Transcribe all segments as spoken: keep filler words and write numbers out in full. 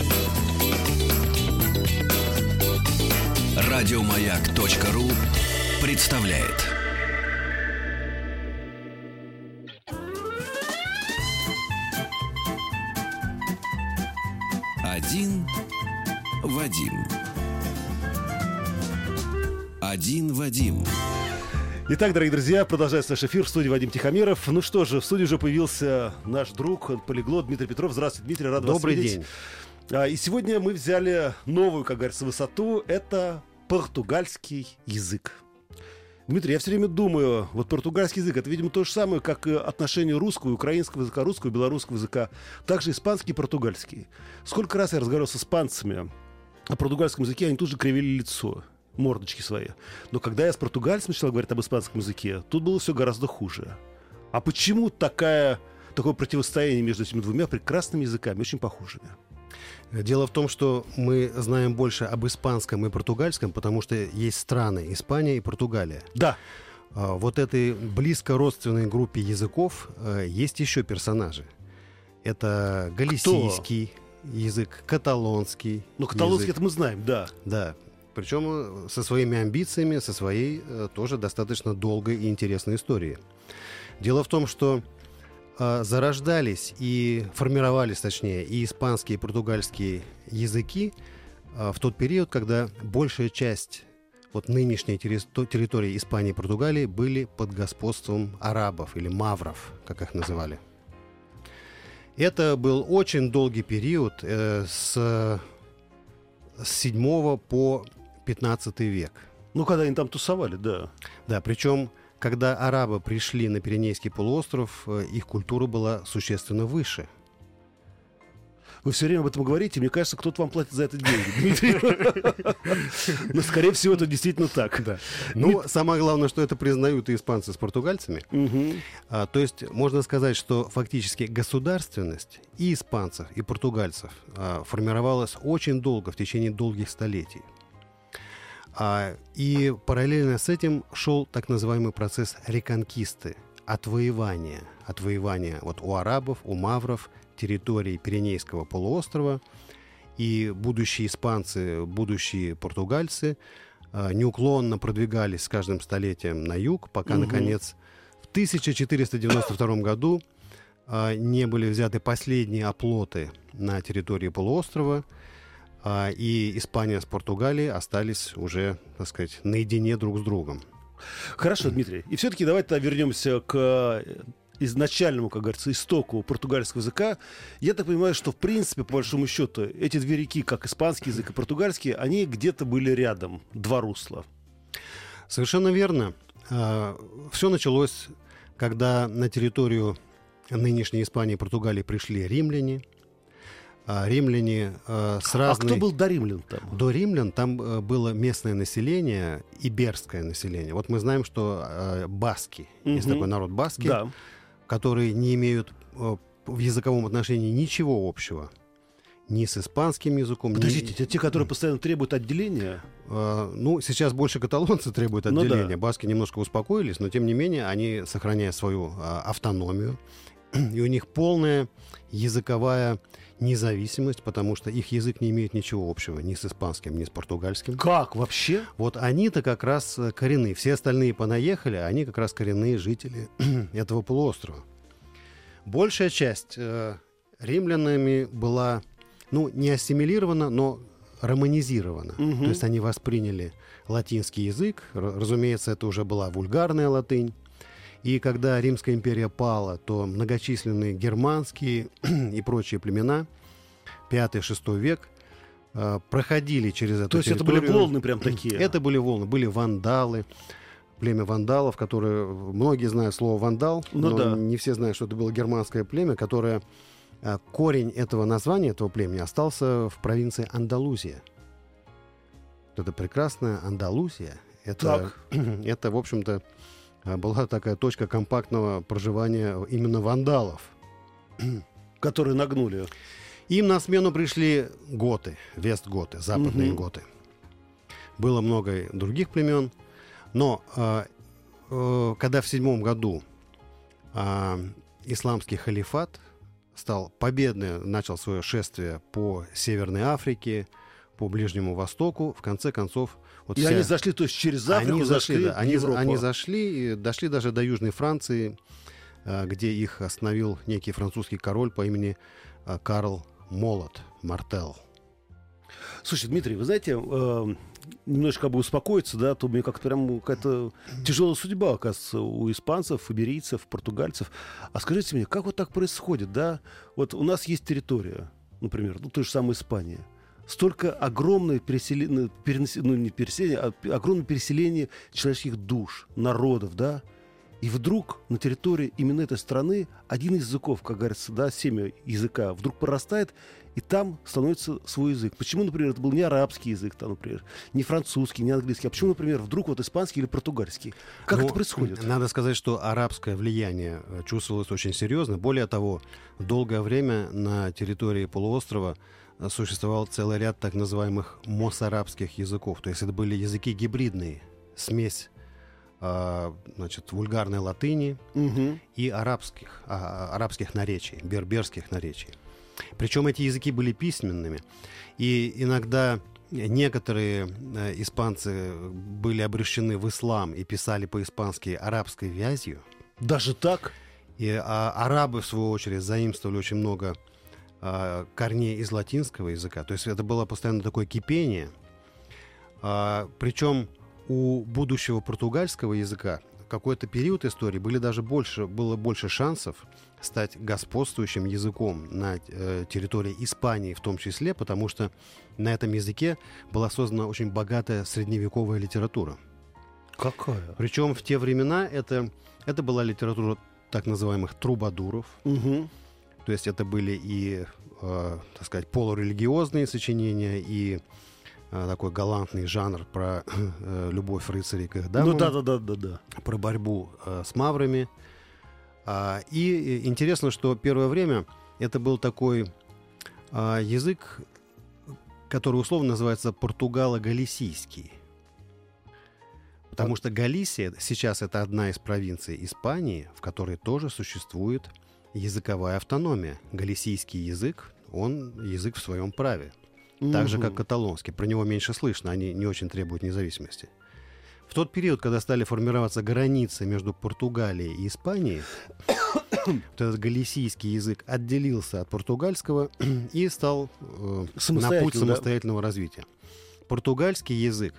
Радиомаяк.ру представляет. Один Вадим. Один Вадим. Итак, дорогие друзья, продолжается наш эфир в студии Вадим Тихомиров. Ну что же, в студии уже появился наш друг, полиглот Дмитрий Петров. Здравствуйте, Дмитрий, рад вас Добрый видеть. день. И сегодня мы взяли новую, как говорится, высоту. Это португальский язык. Дмитрий, я все время думаю, вот португальский язык, это, видимо, то же самое, как и отношение русского и украинского языка, русского и белорусского языка. Также испанский и португальский. Сколько раз я разговаривал с испанцами о португальском языке, они тут же кривили лицо, мордочки свои. Но когда я с португальцем начал говорить об испанском языке, тут было все гораздо хуже. А почему такая, такое противостояние между этими двумя прекрасными языками, очень похожими? Дело в том, что мы знаем больше об испанском и португальском, потому что есть страны Испания и Португалия. Да. Вот этой близко родственной группе языков есть еще персонажи. Это галисийский Кто? язык, каталонский. Ну, каталонский язык. Это мы знаем, да. Да. Причем со своими амбициями, со своей тоже достаточно долгой и интересной историей. Дело в том, что зарождались и формировались, точнее, и испанские, и португальские языки в тот период, когда большая часть вот нынешней территории Испании и Португалии были под господством арабов или мавров, как их называли. Это был очень долгий период э, с, с седьмого по пятнадцатый век. Ну, когда они там тусовали, да. Да, причем когда арабы пришли на Пиренейский полуостров, их культура была существенно выше. Вы все время об этом говорите, мне кажется, кто-то вам платит за это деньги, Дмитрий. Но, скорее всего, это действительно так. Ну, самое главное, что это признают и испанцы с португальцами. То есть, можно сказать, что фактически государственность и испанцев, и португальцев формировалась очень долго, в течение долгих столетий. А, и параллельно с этим шел так называемый процесс реконкисты, отвоевания, отвоевания вот у арабов, у мавров территории Пиренейского полуострова. И будущие испанцы, будущие португальцы а, неуклонно продвигались с каждым столетием на юг, пока, угу. наконец, в тысяча четыреста девяносто втором году а, не были взяты последние оплоты на территории полуострова, и Испания с Португалией остались уже, так сказать, наедине друг с другом. Хорошо, Дмитрий. И все-таки давайте вернемся к изначальному, как говорится, истоку португальского языка. Я так понимаю, что, в принципе, по большому счету, эти две реки, как испанский язык и португальский, они где-то были рядом, два русла. Совершенно верно. Все началось, когда на территорию нынешней Испании и Португалии пришли римляне. Римляне э, с разной... А кто был до римлян там? До римлян там э, было местное население, иберское население. Вот мы знаем, что э, баски, угу. есть такой народ баски, да. которые не имеют э, в языковом отношении ничего общего ни с испанским языком. Подождите, ни... это те, которые постоянно требуют отделения? Э, ну, сейчас больше каталонцы требуют отделения. Ну, да. Баски немножко успокоились, но тем не менее они, сохраняя свою э, автономию, и у них полная языковая независимость, потому что их язык не имеет ничего общего ни с испанским, ни с португальским. Как вообще? Вот они-то как раз коренные. Все остальные понаехали, а они как раз коренные жители этого полуострова. Большая часть э, римлянами была, ну, не ассимилирована, но романизирована. Угу. То есть они восприняли латинский язык. Р- разумеется, это уже была вульгарная латынь. И когда Римская империя пала, то многочисленные германские и прочие племена, пятый-шестой век, э, проходили через эту То есть территорию. Это были волны прям такие? Это были волны. Были вандалы, племя вандалов, которые... Многие знают слово «вандал», ну, но да. не все знают, что это было германское племя, которое... Э, корень этого названия, этого племени, остался в провинции Андалусия. Это прекрасная Андалусия. Это, это, в общем-то, была такая точка компактного проживания именно вандалов. Которые нагнули. Им на смену пришли готы, вестготы, западные угу. готы. Было много других племен, но э, э, когда в седьмом году э, исламский халифат стал победно, начал свое шествие по Северной Африке, по Ближнему Востоку. В конце концов... Вот и вся... они зашли, то есть через Африку они зашли, зашли, да, в они, Европу. Они зашли, и дошли даже до Южной Франции, где их остановил некий французский король по имени Карл Молот, Мартел. Слушай, Дмитрий, вы знаете, э, немножко бы успокоиться, да, то у меня как-то прям какая-то тяжелая судьба, оказывается, у испанцев, иберийцев, португальцев. А скажите мне, как вот так происходит, да? Вот у нас есть территория, например, ну, той же самой Испании. Столько огромное переселение, перенос... ну, не переселение, а огромное переселение человеческих душ, народов, да? И вдруг на территории именно этой страны один из языков, как говорится, да, семя языка, вдруг прорастает, и там становится свой язык. Почему, например, это был не арабский язык, там, например, не французский, не английский, а почему, например, вдруг вот испанский или португальский? Как ну, это происходит? Надо сказать, что арабское влияние чувствовалось очень серьезно. Более того, долгое время на территории полуострова существовал целый ряд так называемых моссарабских языков. То есть это были языки гибридные, смесь значит, вульгарной латыни угу. и арабских, а, арабских наречий, берберских наречий. Причем эти языки были письменными. И иногда некоторые э, испанцы были обращены в ислам и писали по-испански арабской вязью. Даже так? И а, арабы, в свою очередь, заимствовали очень много а, корней из латинского языка. То есть это было постоянно такое кипение. А, причем у будущего португальского языка в какой-то период истории были даже больше, было больше шансов стать господствующим языком на э, территории Испании в том числе, потому что на этом языке была создана очень богатая средневековая литература. Какая? Причем в те времена это, это была литература так называемых трубадуров. Угу. То есть это были и, э, так сказать, полурелигиозные сочинения, и такой галантный жанр про э, любовь рыцарей к их дамам. Ну да, да, да, да, да. Про борьбу э, с маврами. А, и интересно, что первое время это был такой а, язык, который условно называется португало-галисийский. Потому что Галисия сейчас это одна из провинций Испании, в которой тоже существует языковая автономия. Галисийский язык, он язык в своем праве. Так же, как каталонский. Про него меньше слышно, они не очень требуют независимости. В тот период, когда стали формироваться границы между Португалией и Испанией, вот этот галисийский язык отделился от португальского и стал э, на путь самостоятельного да? развития. Португальский язык,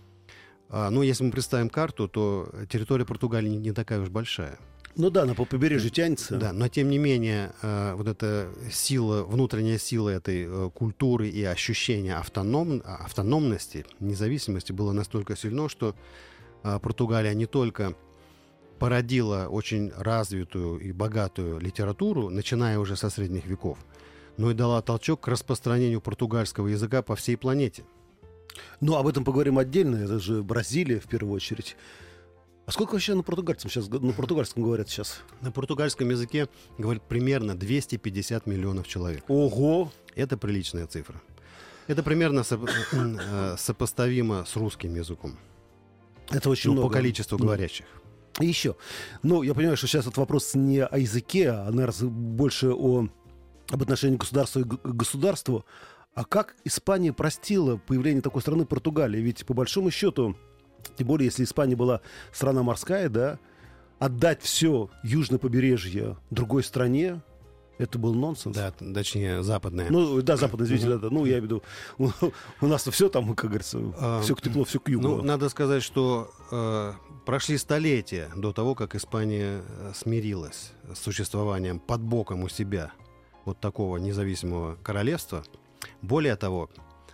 э, ну, если мы представим карту, то территория Португалии не, не такая уж большая. Ну да, она по побережью тянется. Да, но тем не менее, э, вот эта сила, внутренняя сила этой э, культуры и ощущение автоном, автономности, независимости было настолько сильно, что э, Португалия не только породила очень развитую и богатую литературу, начиная уже со средних веков, но и дала толчок к распространению португальского языка по всей планете. Ну, об этом поговорим отдельно. Это же Бразилия, в первую очередь. А сколько вообще на португальском сейчас, на португальском говорят сейчас? На португальском языке говорят примерно двести пятьдесят миллионов человек. Ого! Это приличная цифра. Это примерно со- сопоставимо с русским языком. Это очень ну, много. По количеству говорящих. И еще. Ну, я понимаю, что сейчас этот вопрос не о языке, а, наверное, больше о, об отношении государства к государству. А как Испания простила появление такой страны Португалии? Ведь, по большому счету, тем более, если Испания была страна морская, да, отдать все южное побережье другой стране, это был нонсенс. Да, точнее, западная. Ну, да, западная, извините, да, да. Ну, я имею в виду, у, у нас-то все там, как говорится, а, все тепло, все к югу. Ну, надо сказать, что э, прошли столетия до того, как Испания смирилась с существованием под боком у себя вот такого независимого королевства. Более того,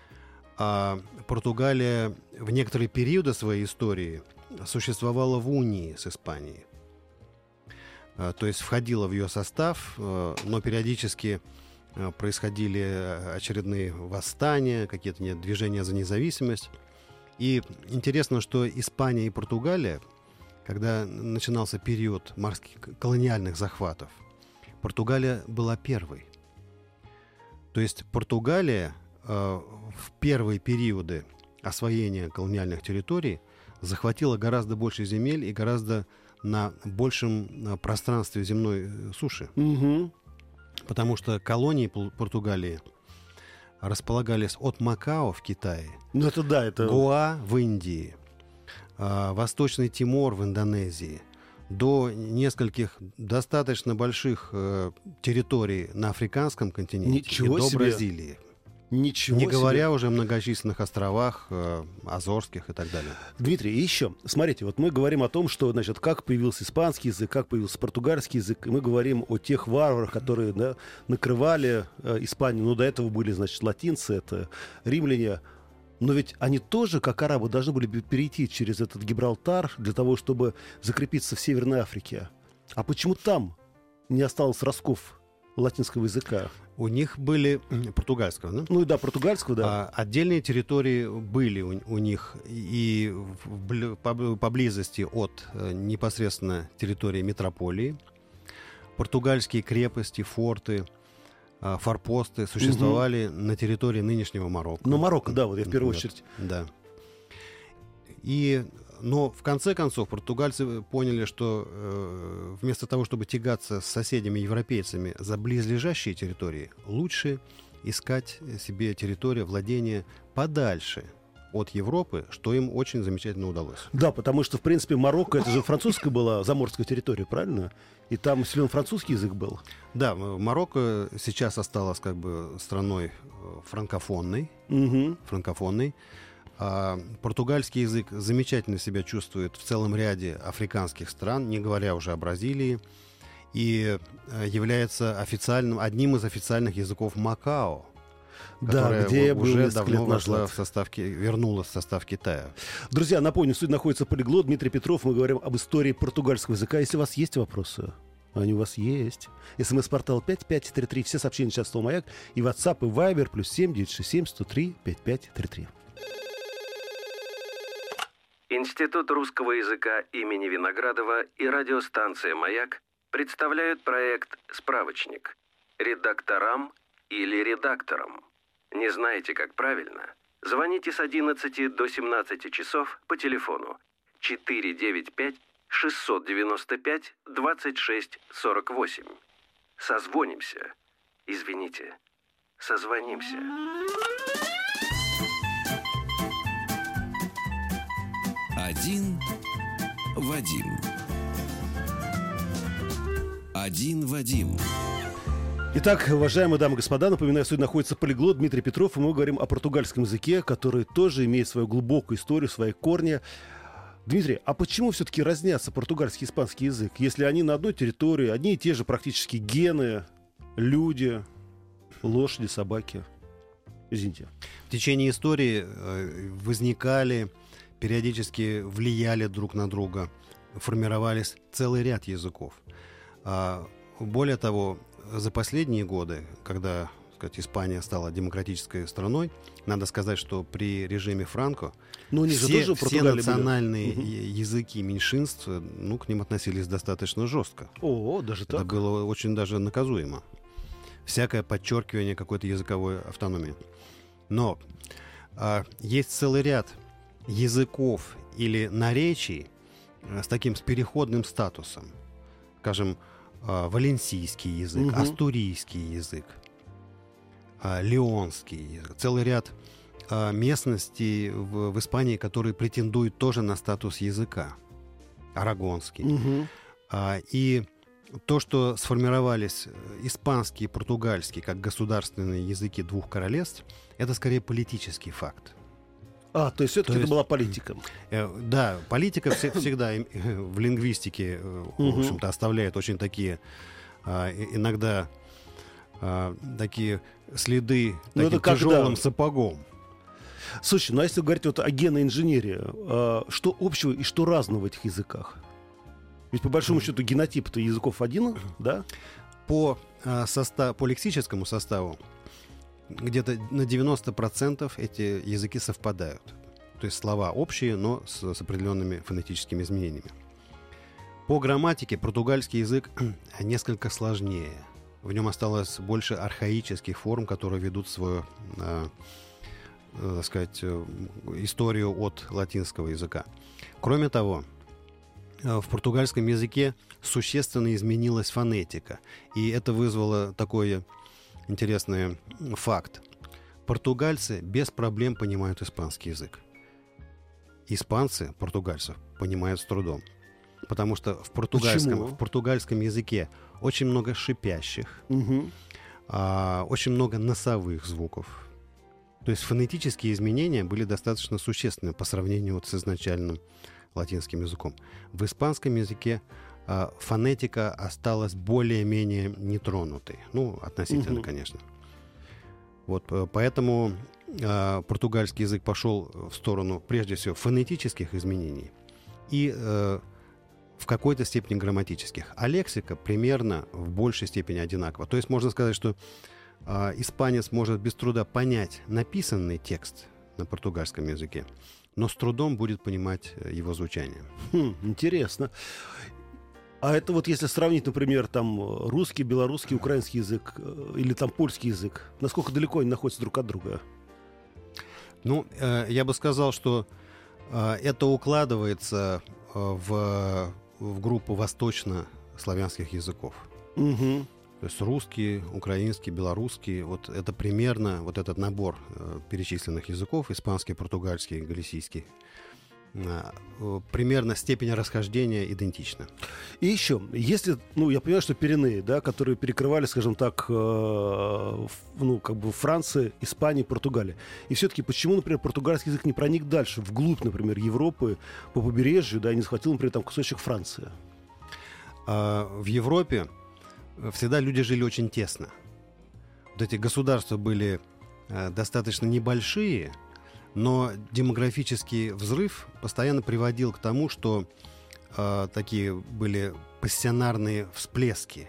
а Португалия в некоторые периоды своей истории существовала в унии с Испанией. А, то есть входила в ее состав, а, но периодически а, происходили очередные восстания, какие-то нет, движения за независимость. И интересно, что Испания и Португалия, когда начинался период морских колониальных захватов, Португалия была первой. То есть Португалия в первые периоды освоения колониальных территорий захватила гораздо больше земель и гораздо на большем пространстве земной суши. Угу. потому что колонии Португалии располагались от Макао в Китае, ну, это да, это... Гоа в Индии, Восточный Тимор в Индонезии, до нескольких достаточно больших э, территорий на африканском континенте. Ничего и до себе. Бразилии. Ничего Не себе. говоря уже о многочисленных островах, э, Азорских и так далее. Дмитрий, и еще, смотрите, вот мы говорим о том, что, значит, как появился испанский язык, как появился португальский язык, и мы говорим о тех варварах, которые, да, накрывали э, Испанию. Ну, до этого были, значит, латинцы, это римляне. Но ведь они тоже, как арабы, должны были перейти через этот Гибралтар для того, чтобы закрепиться в Северной Африке. А почему там не осталось ростков латинского языка? У них были португальского, да? Ну и да, португальского, да. А, отдельные территории были у, у них и в, в, поблизости от непосредственно территории метрополии. Португальские крепости, форты, форпосты существовали угу. на территории нынешнего Марокко. Ну, Марокко, да, вот я в первую вот, очередь. Да. И, но в конце концов португальцы поняли, что э, вместо того, чтобы тягаться с соседями-европейцами за близлежащие территории, лучше искать себе территорию владения подальше от Европы, что им очень замечательно удалось. Да, потому что, в принципе, Марокко, это же французская была заморская территория, правильно? И там силен французский язык был. Да, Марокко сейчас осталось как бы страной франкофонной. Угу. франкофонной. А португальский язык замечательно себя чувствует в целом ряде африканских стран, не говоря уже о Бразилии, и является официальным, одним из официальных языков Макао. Да, где я был уже несколько давно лет вошла назад. в состав, вернулась в состав Китая. Друзья, напомню, в студии находится полиглот Дмитрий Петров. Мы говорим об истории португальского языка. Если у вас есть вопросы, они у вас есть. СМС-портал пять пять три три. Все сообщения сейчас слово «Маяк». И WhatsApp, и Viber, плюс семь девятьсот шестьдесят семь сто три пятьдесят пять тридцать три. Институт русского языка имени Виноградова и радиостанция «Маяк» представляют проект «Справочник». Редакторам или редакторам. Не знаете, как правильно? Звоните с одиннадцати до семнадцати часов по телефону четыре девять пять шестьсот девяносто пять двадцать шесть сорок восемь. Созвонимся. Извините. Созвонимся. Один Вадим. Один Вадим. Итак, уважаемые дамы и господа, напоминаю, сегодня находится полиглот Дмитрий Петров, и мы говорим о португальском языке, который тоже имеет свою глубокую историю, свои корни. Дмитрий, а почему все-таки разнятся португальский и испанский язык, если они на одной территории, одни и те же практически гены, люди, лошади, собаки? Извините. В течение истории э, возникали, периодически влияли друг на друга, формировались целый ряд языков. А, более того, за последние годы, когда, так сказать, Испания стала демократической страной, надо сказать, что при режиме Франко ну, все, все национальные угу. языки меньшинств, ну, к ним относились достаточно жестко. О, даже Это так? было очень даже наказуемо. Всякое подчеркивание какой-то языковой автономии. Но а, есть целый ряд языков или наречий а, с таким с переходным статусом. Скажем, а, валенсийский язык, угу. астурийский язык, а, леонский язык. Целый ряд а, местностей в, в Испании, которые претендуют тоже на статус языка. Арагонский. Угу. А, и то, что сформировались испанский и португальский как государственные языки двух королевств, это скорее политический факт. А, то есть все-таки то это есть, была политика. Э, да, политика всегда в лингвистике, в общем-то, оставляет очень такие, иногда такие следы таким тяжелым сапогом. Слушай, ну а если говорить вот о генной инженерии, что общего и что разного в этих языках? Ведь по большому счету генотип-то языков один, да? По, э, состав, по лексическому составу где-то на девяносто процентов эти языки совпадают. То есть слова общие, но с, с определенными фонетическими изменениями. По грамматике португальский язык несколько сложнее. В нем осталось больше архаических форм, которые ведут свою, э, э, так сказать, историю от латинского языка. Кроме того, в португальском языке существенно изменилась фонетика. И это вызвало такой интересный факт. Португальцы без проблем понимают испанский язык. Испанцы португальцев понимают с трудом. Потому что в португальском, в португальском языке очень много шипящих, угу. а, очень много носовых звуков. То есть фонетические изменения были достаточно существенны по сравнению вот с изначальным латинским языком. В испанском языке а, фонетика осталась более-менее нетронутой. Ну, относительно, угу. конечно. Вот, поэтому э, португальский язык пошел в сторону, прежде всего, фонетических изменений и э, в какой-то степени грамматических. А лексика примерно в большей степени одинакова. То есть можно сказать, что э, испанец может без труда понять написанный текст на португальском языке, но с трудом будет понимать его звучание. Хм, интересно. А это вот если сравнить, например, там русский, белорусский, украинский язык или там польский язык, насколько далеко они находятся друг от друга? Ну, э, я бы сказал, что э, это укладывается э, в, в группу восточнославянских языков. Угу. То есть русский, украинский, белорусский, вот это примерно вот этот набор э, перечисленных языков, испанский, португальский, галисийский, примерно степень расхождения идентична. И еще, если, ну, я понимаю, что Пиренеи, да, которые перекрывали, скажем так, э, ну, как бы Франция, Испания, Португалия. И все-таки почему, например, португальский язык не проник дальше, вглубь, например, Европы, по побережью, да, и не схватил, например, там кусочек Франции? А, в Европе всегда люди жили очень тесно. Вот эти государства были э, достаточно небольшие, но демографический взрыв постоянно приводил к тому, что э, такие были пассионарные всплески.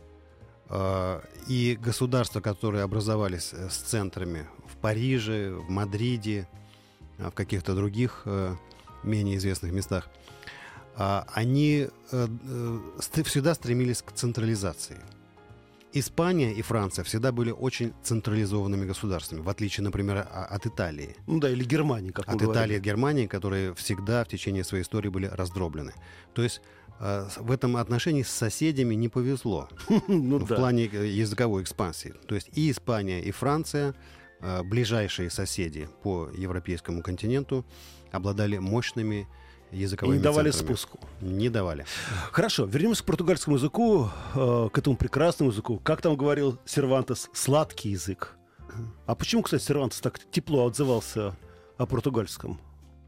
Э, и государства, которые образовались с центрами в Париже, в Мадриде, э, в каких-то других э, менее известных местах, э, они э, э, всегда стремились к централизации. Испания и Франция всегда были очень централизованными государствами, в отличие, например, от Италии. Ну да, или Германии, как мы От говорили. Италии и Германии, которые всегда в течение своей истории были раздроблены. То есть э, в этом отношении с соседями не повезло в плане языковой экспансии. То есть и Испания, и Франция, э, ближайшие соседи по европейскому континенту, обладали мощными языковыми и не давали центрами. спуску. Не давали. Хорошо, вернемся к португальскому языку, э, к этому прекрасному языку. Как там говорил Сервантес, сладкий язык. А почему, кстати, Сервантес так тепло отзывался о португальском?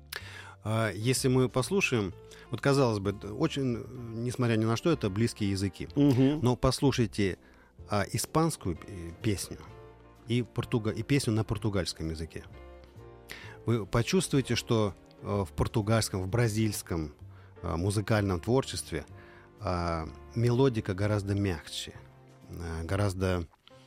А, если мы послушаем, вот казалось бы, очень, несмотря ни на что, это близкие языки. Угу. Но послушайте а, испанскую песню и, португа... и песню на португальском языке. Вы почувствуете, что в португальском, в бразильском э, музыкальном творчестве э, мелодика гораздо мягче, э, гораздо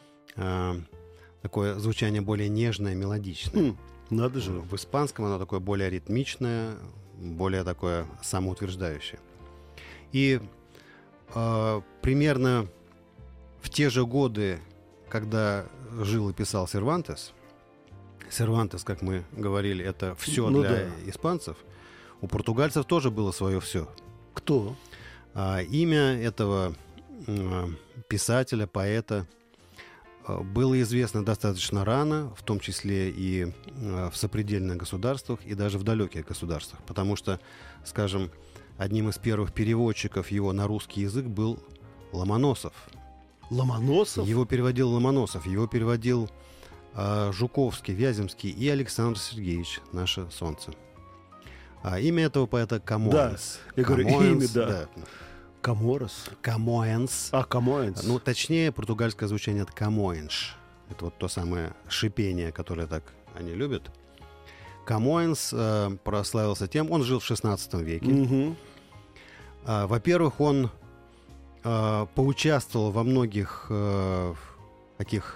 э, такое звучание более нежное, мелодичное. Mm, надо же. В испанском оно такое более ритмичное, более такое самоутверждающее. И э, примерно в те же годы, когда жил и писал Сервантес, Сервантес, как мы говорили, это все ну, для да. испанцев. У португальцев тоже было свое все. Кто? А, имя этого а, писателя, поэта а, было известно достаточно рано, в том числе и а, в сопредельных государствах, и даже в далеких государствах. Потому что, скажем, одним из первых переводчиков его на русский язык был Ломоносов. Ломоносов? Его переводил Ломоносов, его переводил Жуковский, Вяземский и Александр Сергеевич, наше солнце. А имя этого поэта Камоэнс. Да, я говорю, Камоэнс, имя, да. да. Каморос. Камоэнс. А, Камоэнс. Ну, точнее, португальское звучание это Камоэнш. Это вот то самое шипение, которое так они любят. Камоэнс э, прославился тем, он жил в шестнадцатом веке. Угу. А, во-первых, он э, поучаствовал во многих э, таких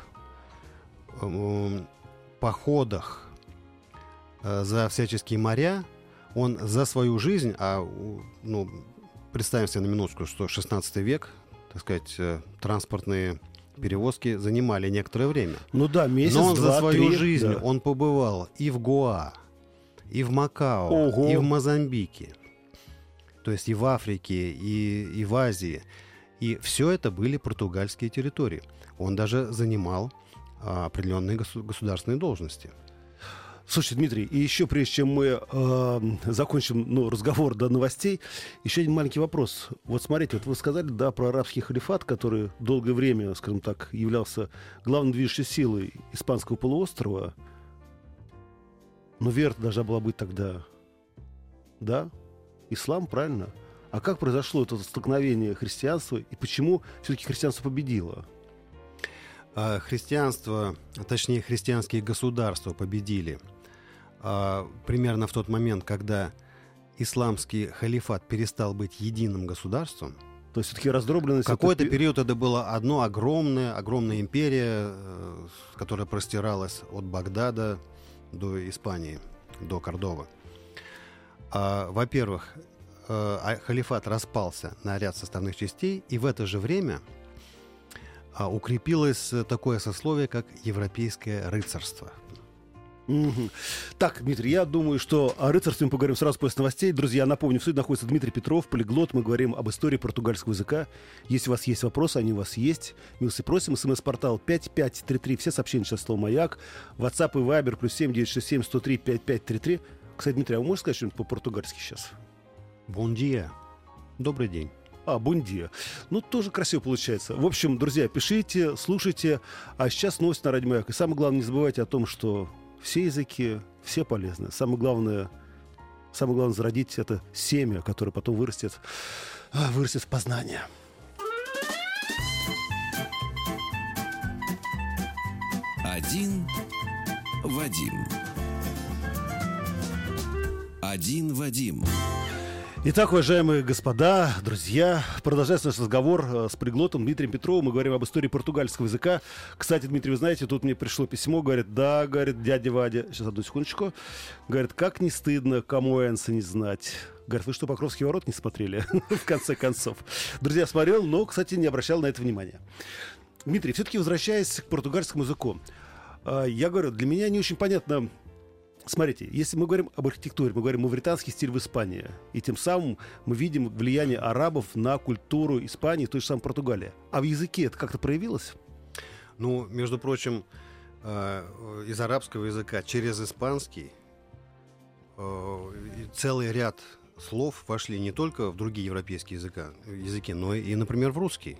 походах за всяческие моря. Он за свою жизнь, а ну, представим себе на минутку, что шестнадцатый век, так сказать, транспортные перевозки занимали некоторое время. Ну да, месяц, Но он два, за свою три, жизнь да. он побывал и в Гоа, и в Макао, Ого. и в Мозамбике. то есть и в Африке, и, и в Азии. И все это были португальские территории. Он даже занимал а, определенные госу- государственные должности. Слушайте, Дмитрий, и еще прежде чем мы э, закончим ну, разговор до новостей, еще один маленький вопрос. Вот смотрите, вот вы сказали, да, про арабский халифат, который долгое время, скажем так, являлся главной движущей силой Испанского полуострова. Но вера должна была быть тогда, да, ислам, правильно? А как произошло это столкновение христианства и почему все-таки христианство победило? А, христианство, точнее христианские государства победили а, примерно в тот момент, когда исламский халифат перестал быть единым государством. То есть все-таки раздробленность... Какой-то это... период это была одно огромное, огромная империя, э, которая простиралась от Багдада до Испании, до Кордовы. А, во-первых, э, халифат распался на ряд составных частей, и в это же время а, укрепилось такое сословие, как европейское рыцарство. Угу. Так, Дмитрий, я думаю, что о рыцарстве мы поговорим сразу после новостей. Друзья, напомню, в студии находится Дмитрий Петров, полиглот. Мы говорим об истории португальского языка. Если у вас есть вопросы, они у вас есть. Милости просим. СМС-портал пять пять три три. Все сообщения сейчас слово «Маяк». WhatsApp и Viber плюс семь девятьсот шестьдесят семь сто три пятьдесят пять тридцать три. Кстати, Дмитрий, а вы можете сказать что-нибудь по-португальски сейчас? Бон диа. Добрый день. А, бундия. Ну, тоже красиво получается. В общем, друзья, пишите, слушайте. А сейчас новости на Радио Маяк. И самое главное, не забывайте о том, что все языки, все полезны. Самое главное, самое главное зародить это семя, которое потом вырастет, вырастет в познание. Один Вадим. Один Вадим. Итак, уважаемые господа, друзья, продолжается наш разговор с полиглотом Дмитрием Петровым. Мы говорим об истории португальского языка. Кстати, Дмитрий, вы знаете, тут мне пришло письмо, говорит, да, говорит, дядя Вадя, сейчас одну секундочку, говорит, как не стыдно Камоэнса не знать. Говорит, вы что, Покровский ворот не смотрели? В конце концов. Друзья, смотрел, но, кстати, не обращал на это внимания. Дмитрий, все-таки возвращаясь к португальскому языку, я говорю, для меня не очень понятно. Смотрите, если мы говорим об архитектуре, мы говорим мавританский стиль в Испании, и тем самым мы видим влияние арабов на культуру Испании, той же самой Португалии. А в языке это как-то проявилось? Ну, между прочим, из арабского языка через испанский целый ряд слов вошли не только в другие европейские языка, языки, но и, например, в русский.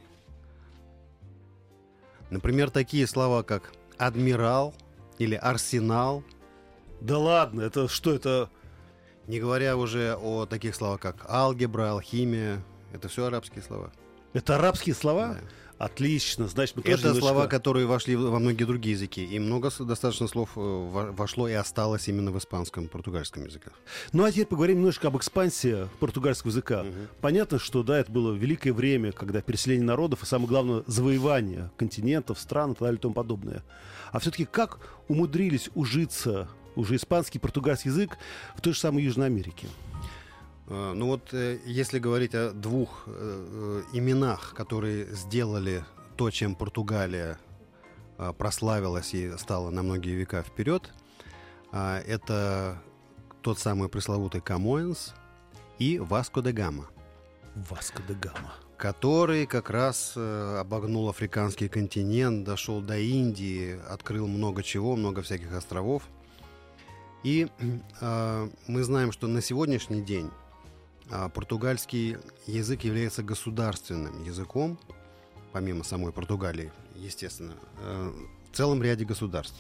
Например, такие слова, как «адмирал» или «арсенал». Да ладно, это что это? Не говоря уже о таких словах, как алгебра, алхимия. Это все арабские слова. Это арабские слова? Да. Отлично, значит, мы тоже Это немножко... слова, которые вошли во многие другие языки. И много достаточно слов вошло и осталось именно в испанском и португальском языках. Ну, а теперь поговорим немножко об экспансии португальского языка. Угу. Понятно, что, да, это было великое время, когда переселение народов и, самое главное, завоевание континентов, стран и так далее и тому подобное. А все-таки как умудрились ужиться уже испанский и португальский язык в той же самой Южной Америке? Ну вот, если говорить о двух э, именах, которые сделали то, чем Португалия э, прославилась и стала на многие века вперед, э, это тот самый пресловутый Камоэнс и Васко де Гама. Васко де Гама. Который как раз э, обогнул африканский континент, дошел до Индии, открыл много чего, много всяких островов. И э, мы знаем, что на сегодняшний день э, португальский язык является государственным языком, помимо самой Португалии, естественно, э, в целом ряде государств.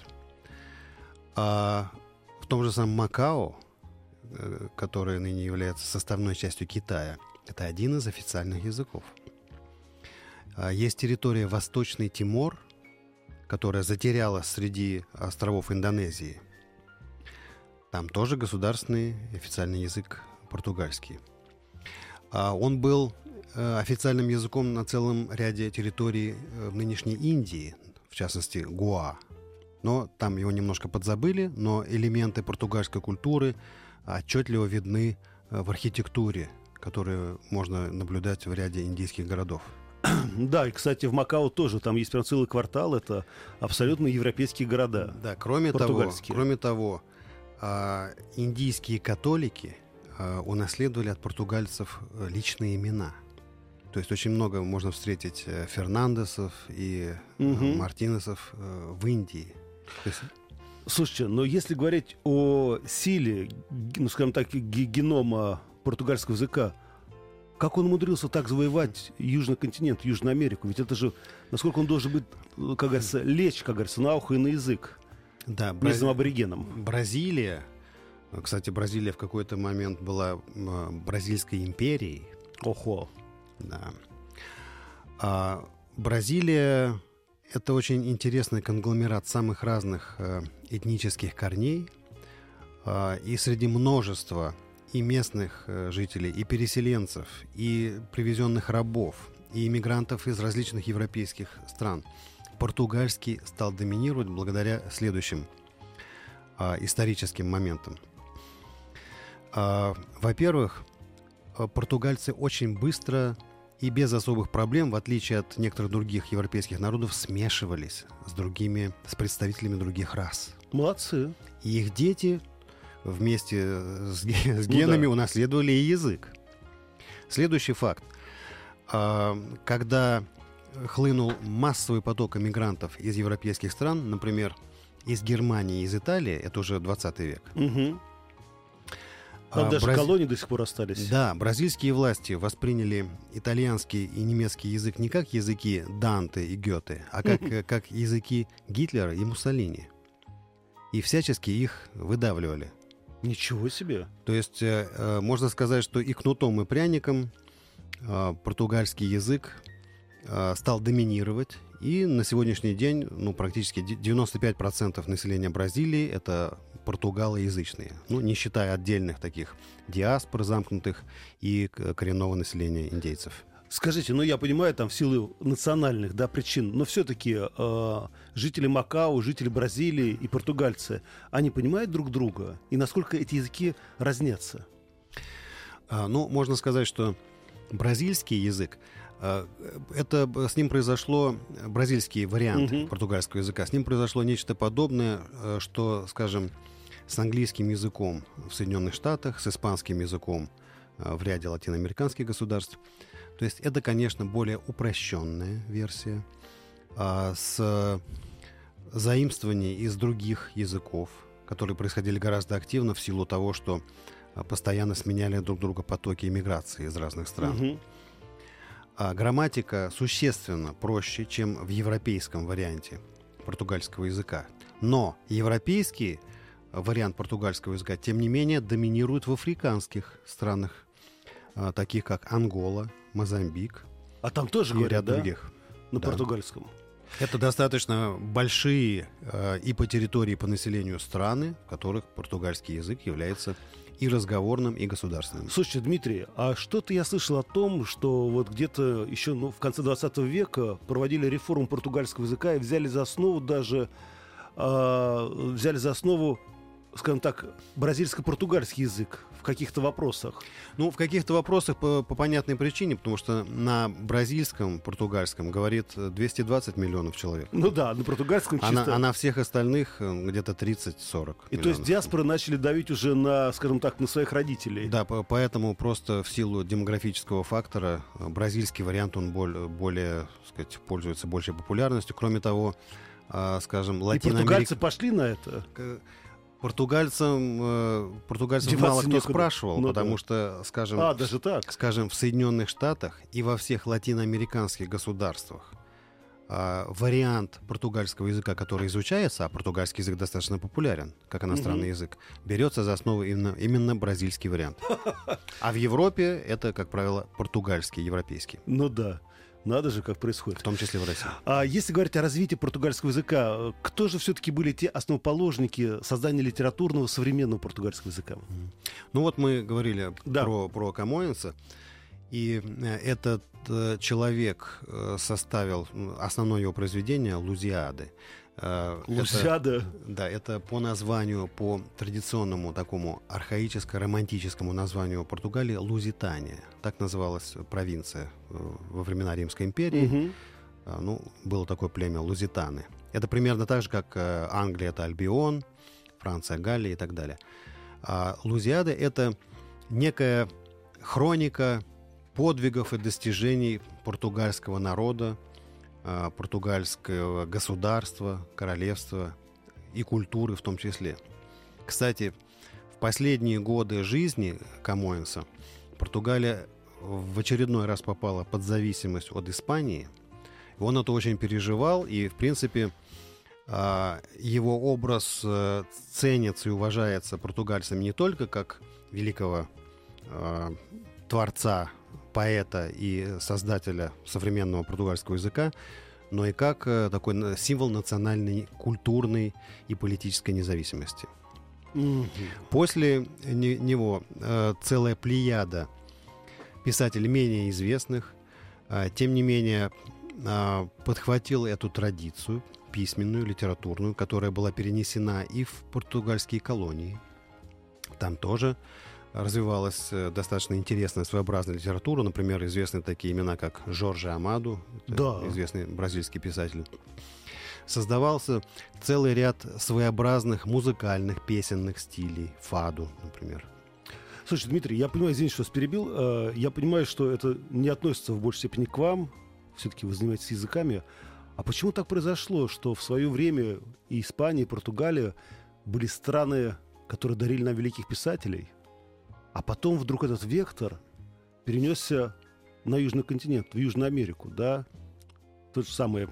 А в том же самом Макао, э, который ныне является составной частью Китая, это один из официальных языков. А есть территория Восточный Тимор, которая затерялась среди островов Индонезии. Там тоже государственный официальный язык португальский. А он был э, официальным языком на целом ряде территорий э, в нынешней Индии, в частности Гоа. Но там его немножко подзабыли, но элементы португальской культуры отчетливо видны э, в архитектуре, которую можно наблюдать в ряде индийских городов. Да, и, кстати, в Макао тоже, там есть прям целый квартал, это абсолютно европейские города. Да, кроме того, кроме того, А, индийские католики э, унаследовали от португальцев личные имена. То есть очень много можно встретить э, Фернандесов и э, Угу. Мартинесов э, в Индии. То есть, Слушайте, но если говорить о силе, ну, скажем так, ге- генома португальского языка, как он умудрился так завоевать Южный континент, Южную Америку? Ведь это же, насколько он должен быть, как говорится, лечь, как говорится, на ухо и на язык да, местным Бра- аборигенам. Бразилия, кстати, Бразилия в какой-то момент была э, Бразильской империей. Охо. Да. А Бразилия — это очень интересный конгломерат самых разных э, этнических корней, э, и среди множества и местных э, жителей, и переселенцев, и привезенных рабов, и иммигрантов из различных европейских стран португальский стал доминировать благодаря следующим э, историческим моментам. Э, во-первых, э, португальцы очень быстро и без особых проблем, в отличие от некоторых других европейских народов, смешивались с другими, с представителями других рас. Молодцы. И их дети вместе с, ге- с Ну генами да. унаследовали и язык. Следующий факт. А, Когда хлынул массовый поток эмигрантов из европейских стран, например, из Германии, из Италии, это уже двадцатый век. Угу. Там а, даже Брази- колонии до сих пор остались. Да, бразильские власти восприняли итальянский и немецкий язык не как языки Данте и Гёте, а как, э, как языки Гитлера и Муссолини. И всячески их выдавливали. Ничего себе. То есть э, э, можно сказать, что и кнутом, и пряником э, португальский язык э, стал доминировать. И на сегодняшний день ну, практически де- девяносто пять процентов населения Бразилии — это португалоязычные. Ну, не считая отдельных таких диаспор замкнутых и к- коренного населения индейцев. Скажите, ну я понимаю, там в силу национальных, да, причин, но все-таки э, жители Макао, жители Бразилии и португальцы, они понимают друг друга? И насколько эти языки разнятся? А, ну, можно сказать, что бразильский язык, а, это б- с ним произошло, бразильский вариант Мгм. португальского языка, с ним произошло нечто подобное, э, что, скажем, с английским языком в Соединенных Штатах, с испанским языком э, в ряде латиноамериканских государств. То есть это, конечно, более упрощенная версия, а, с заимствований из других языков, которые происходили гораздо активно в силу того, что а, постоянно сменяли друг друга потоки иммиграции из разных стран. Мгм. А грамматика существенно проще, чем в европейском варианте португальского языка. Но европейский вариант португальского языка, тем не менее, доминирует в африканских странах, а, таких как Ангола, Мозамбик А там тоже и говорят, ряд да? других. На Да. португальском. Это достаточно большие э, и по территории, и по населению страны, в которых португальский язык является и разговорным, и государственным. Слушайте, Дмитрий, а что-то я слышал о том, что вот где-то еще ну, в конце двадцатого века проводили реформу португальского языка и взяли за основу даже а, взяли за основу, скажем так, бразильско-португальский язык в каких-то вопросах. Ну, в каких-то вопросах по, по понятной причине, потому что на бразильском, португальском говорит двести двадцать миллионов человек. Ну да, на португальском А чисто... на, а на всех остальных э, где-то тридцать-сорок И то есть диаспоры начали давить уже на, скажем так, на своих родителей. Да, по- поэтому просто в силу демографического фактора э, бразильский вариант, он боль- более, так сказать, пользуется большей популярностью. Кроме того, э, скажем, И Латиноамерика... португальцы пошли на это. К- Португальцам, э, португальцев Деваться мало кто некуда. спрашивал, Ну потому да. что, скажем, А, в- даже так. скажем, в Соединенных Штатах и во всех латиноамериканских государствах а, вариант португальского языка, который изучается, а португальский язык достаточно популярен, как иностранный Мгм. язык, берется за основу именно, именно бразильский вариант. А в Европе это, как правило, португальский, европейский, Ну да. Надо же, как происходит. в том числе в России. А если говорить о развитии португальского языка, кто же все-таки были те основоположники создания литературного современного португальского языка? Ну вот мы говорили Да. про, про Камоэнса, и э, этот э, человек э, составил м, основное его произведение «Лузиады». Э, это- Лузиада. Да, это по названию, по традиционному такому архаическо-романтическому названию Португалии Лузитания. Так называлась провинция э, во времена Римской империи. Мгм. А, ну, было такое племя Лузитаны. Это примерно так же, как э, Англия — это Альбион, Франция — Галлия и так далее. А Лузиада — это некая хроника подвигов и достижений португальского народа, португальского государства, королевства и культуры в том числе. Кстати, в последние годы жизни Камоэнса Португалия в очередной раз попала под зависимость от Испании. Он это очень переживал, и, в принципе, его образ ценится и уважается португальцами не только как великого творца, поэта и создателя современного португальского языка, но и как такой символ национальной, культурной и политической независимости. Mm-hmm. После не, него э, целая плеяда писателей менее известных, э, тем не менее, э, подхватил эту традицию письменную, литературную, которая была перенесена и в португальские колонии. Там тоже развивалась э, достаточно интересная, своеобразная литература. Например, известны такие имена, как Жорже Амаду, да. известный бразильский писатель. Создавался целый ряд своеобразных музыкальных, песенных стилей, фаду, например. Слушай, Дмитрий, я понимаю, извините, что вас перебил. Я понимаю, что это не относится в большей степени к вам. Все-таки вы занимаетесь языками. А почему так произошло, что в свое время и Испания, и Португалия были страны, которые дарили нам великих писателей, а потом вдруг этот вектор перенесся на Южный континент, в Южную Америку, да? То же самое...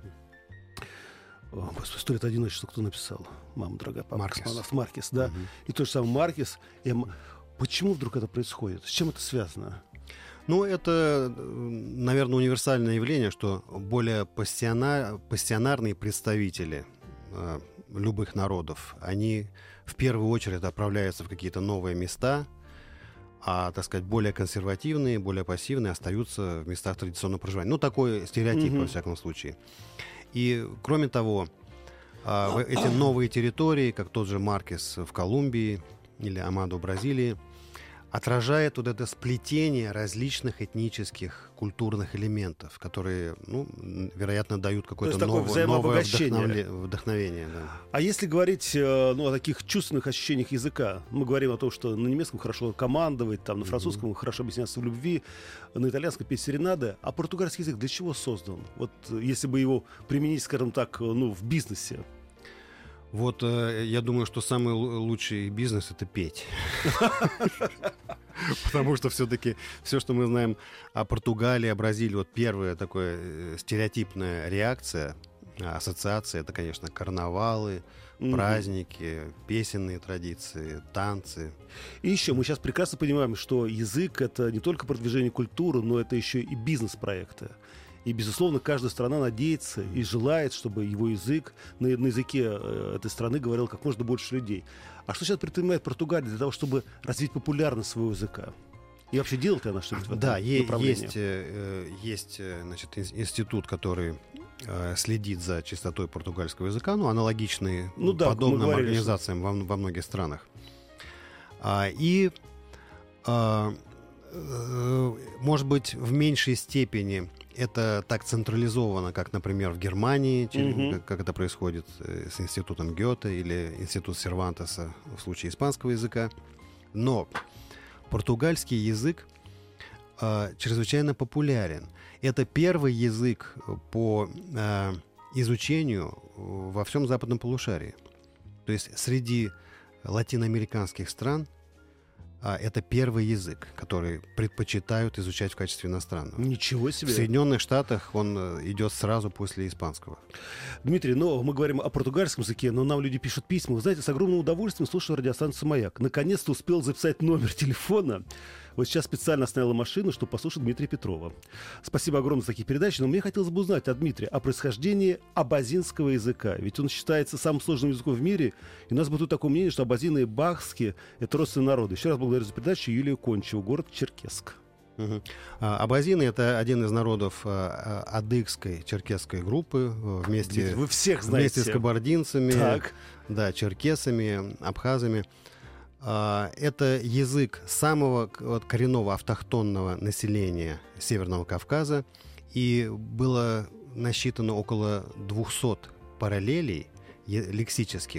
О, Господи, сто лет одиночества кто написал? Мама дорогая, папа. Маркес. Маркес, да. Угу. И то же самое Маркес. Эм... Почему вдруг это происходит? С чем это связано? Ну, это, наверное, универсальное явление, что более пассионар... пассионарные представители э, любых народов, они в первую очередь отправляются в какие-то новые места, а, так сказать, более консервативные, более пассивные остаются в местах традиционного проживания. Ну, такой стереотип, угу. во всяком случае. И, кроме того, эти новые территории, как тот же Маркес в Колумбии или Амадо в Бразилии, отражает вот это сплетение различных этнических культурных элементов, которые, ну, вероятно, дают какое-то новое, новое вдохновле... вдохновение. Да. А если говорить ну, о таких чувственных ощущениях языка, мы говорим о том, что на немецком хорошо командовать, там, на французском mm-hmm. хорошо объясняться в любви, на итальянском петь серенады, а португальский язык для чего создан? Вот если бы его применить, скажем так, ну, в бизнесе. Вот э, я думаю, что самый лучший бизнес — это петь. Потому что все-таки все, что мы знаем о Португалии, о Бразилии, вот первая такая стереотипная реакция, ассоциация — это, конечно, карнавалы, праздники, песенные традиции, танцы. И еще мы сейчас прекрасно понимаем, что язык — это не только продвижение культуры, но это еще и бизнес-проекты. И, безусловно, каждая страна надеется и желает, чтобы его язык, на, на языке этой страны говорил как можно больше людей. А что сейчас предпринимает Португалия для того, чтобы развить популярность своего языка? И вообще делает ли она что-нибудь в этом да, направлении? Да, есть, есть значит, институт, который следит за чистотой португальского языка, ну, аналогичный ну, да, подобным говорили, организациям что... во, во многих странах. А, и, а, может быть, в меньшей степени это так централизовано, как, например, в Германии, mm-hmm. как это происходит с институтом Гёте или институт Сервантеса в случае испанского языка. Но португальский язык э, чрезвычайно популярен. Это первый язык по э, изучению во всем западном полушарии. То есть среди латиноамериканских стран А это первый язык, который предпочитают изучать в качестве иностранного. Ничего себе! В Соединенных Штатах он идет сразу после испанского. Дмитрий, ну, мы говорим о португальском языке, но нам люди пишут письма. Вы знаете, с огромным удовольствием слушаю радиостанцию «Маяк». Наконец-то успел записать номер телефона. Вот сейчас специально остановила машину, чтобы послушать Дмитрия Петрова. Спасибо огромное за такие передачи. Но мне хотелось бы узнать от Дмитрия о происхождении абазинского языка. Ведь он считается самым сложным языком в мире. И у нас бытует такое мнение, что абазины и бахские — это родственные народы. Еще раз благодарю за передачу. Юлию Кончеву, город Черкесск. Угу. А, абазины — это один из народов а, адыгской черкесской группы вместе, Вы всех знаете. Вместе с кабардинцами, так. да, черкесами, абхазами. А, это язык самого вот, коренного автохтонного населения Северного Кавказа, и было насчитано около двухсот параллелей лексических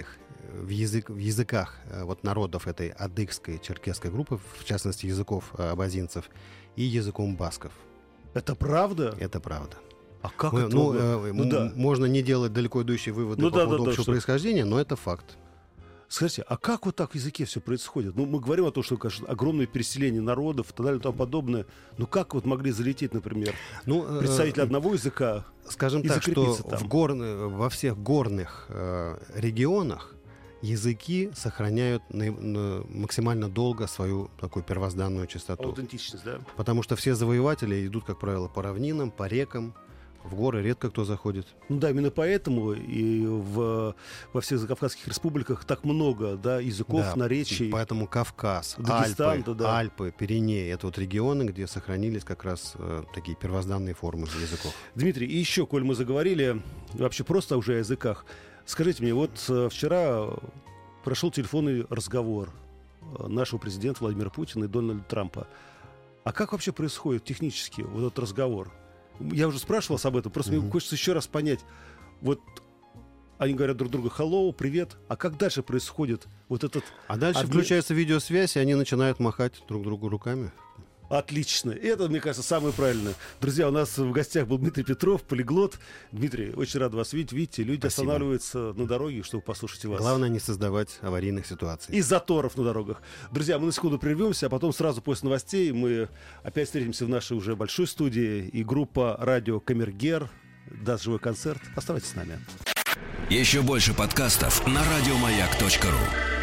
в, язык, в языках вот, народов этой адыгской, черкесской группы, в частности, языков абазинцев, и языком басков. Это правда? Это правда. А как Мы, это? Ну, э, ну, м- да. Можно не делать далеко идущие выводы Ну, по да, поводу да, общего да, происхождения, но это факт. Скажите, а как вот так в языке все происходит? Ну, мы говорим о том, что, конечно, огромное переселение народов и так далее и тому подобное. Но как вот могли залететь, например, Ну, э, представители одного языка? Скажем и так, что закрепиться там? в горны- во всех горных э, регионах языки сохраняют на- на- максимально долго свою такую первозданную чистоту. Аутентичность, да? Потому что все завоеватели идут, как правило, по равнинам, по рекам, в горы редко кто заходит. Ну да, именно поэтому и в, во всех закавказских республиках так много, да, языков, Да, наречий. Поэтому Кавказ, Дагестан, Альпы, да, да. Альпы, Пиренеи — это вот регионы, где сохранились как раз э, такие первозданные формы языков. Дмитрий, и еще, коль мы заговорили вообще просто уже о языках, скажите мне, вот э, вчера прошел телефонный разговор э, нашего президента Владимира Путина и Дональда Трампа. А как вообще происходит технически вот этот разговор? Я уже спрашивал вас об этом, просто Мгм. мне хочется еще раз понять. Вот они говорят друг другу «hello», «привет», а как дальше происходит вот этот... А дальше Обмен- включается видеосвязь, и они начинают махать друг другу руками. Отлично. И это, мне кажется, самое правильное. Друзья, у нас в гостях был Дмитрий Петров, полиглот. Дмитрий, очень рад вас видеть. Видите, люди Спасибо. останавливаются на дороге, чтобы послушать вас. Главное не создавать аварийных ситуаций. И заторов на дорогах. Друзья, мы на секунду прервемся, а потом сразу после новостей мы опять встретимся в нашей уже большой студии. И группа «Радио Камергер» даст живой концерт. Оставайтесь с нами. Еще больше подкастов на радиомаяк точка ру.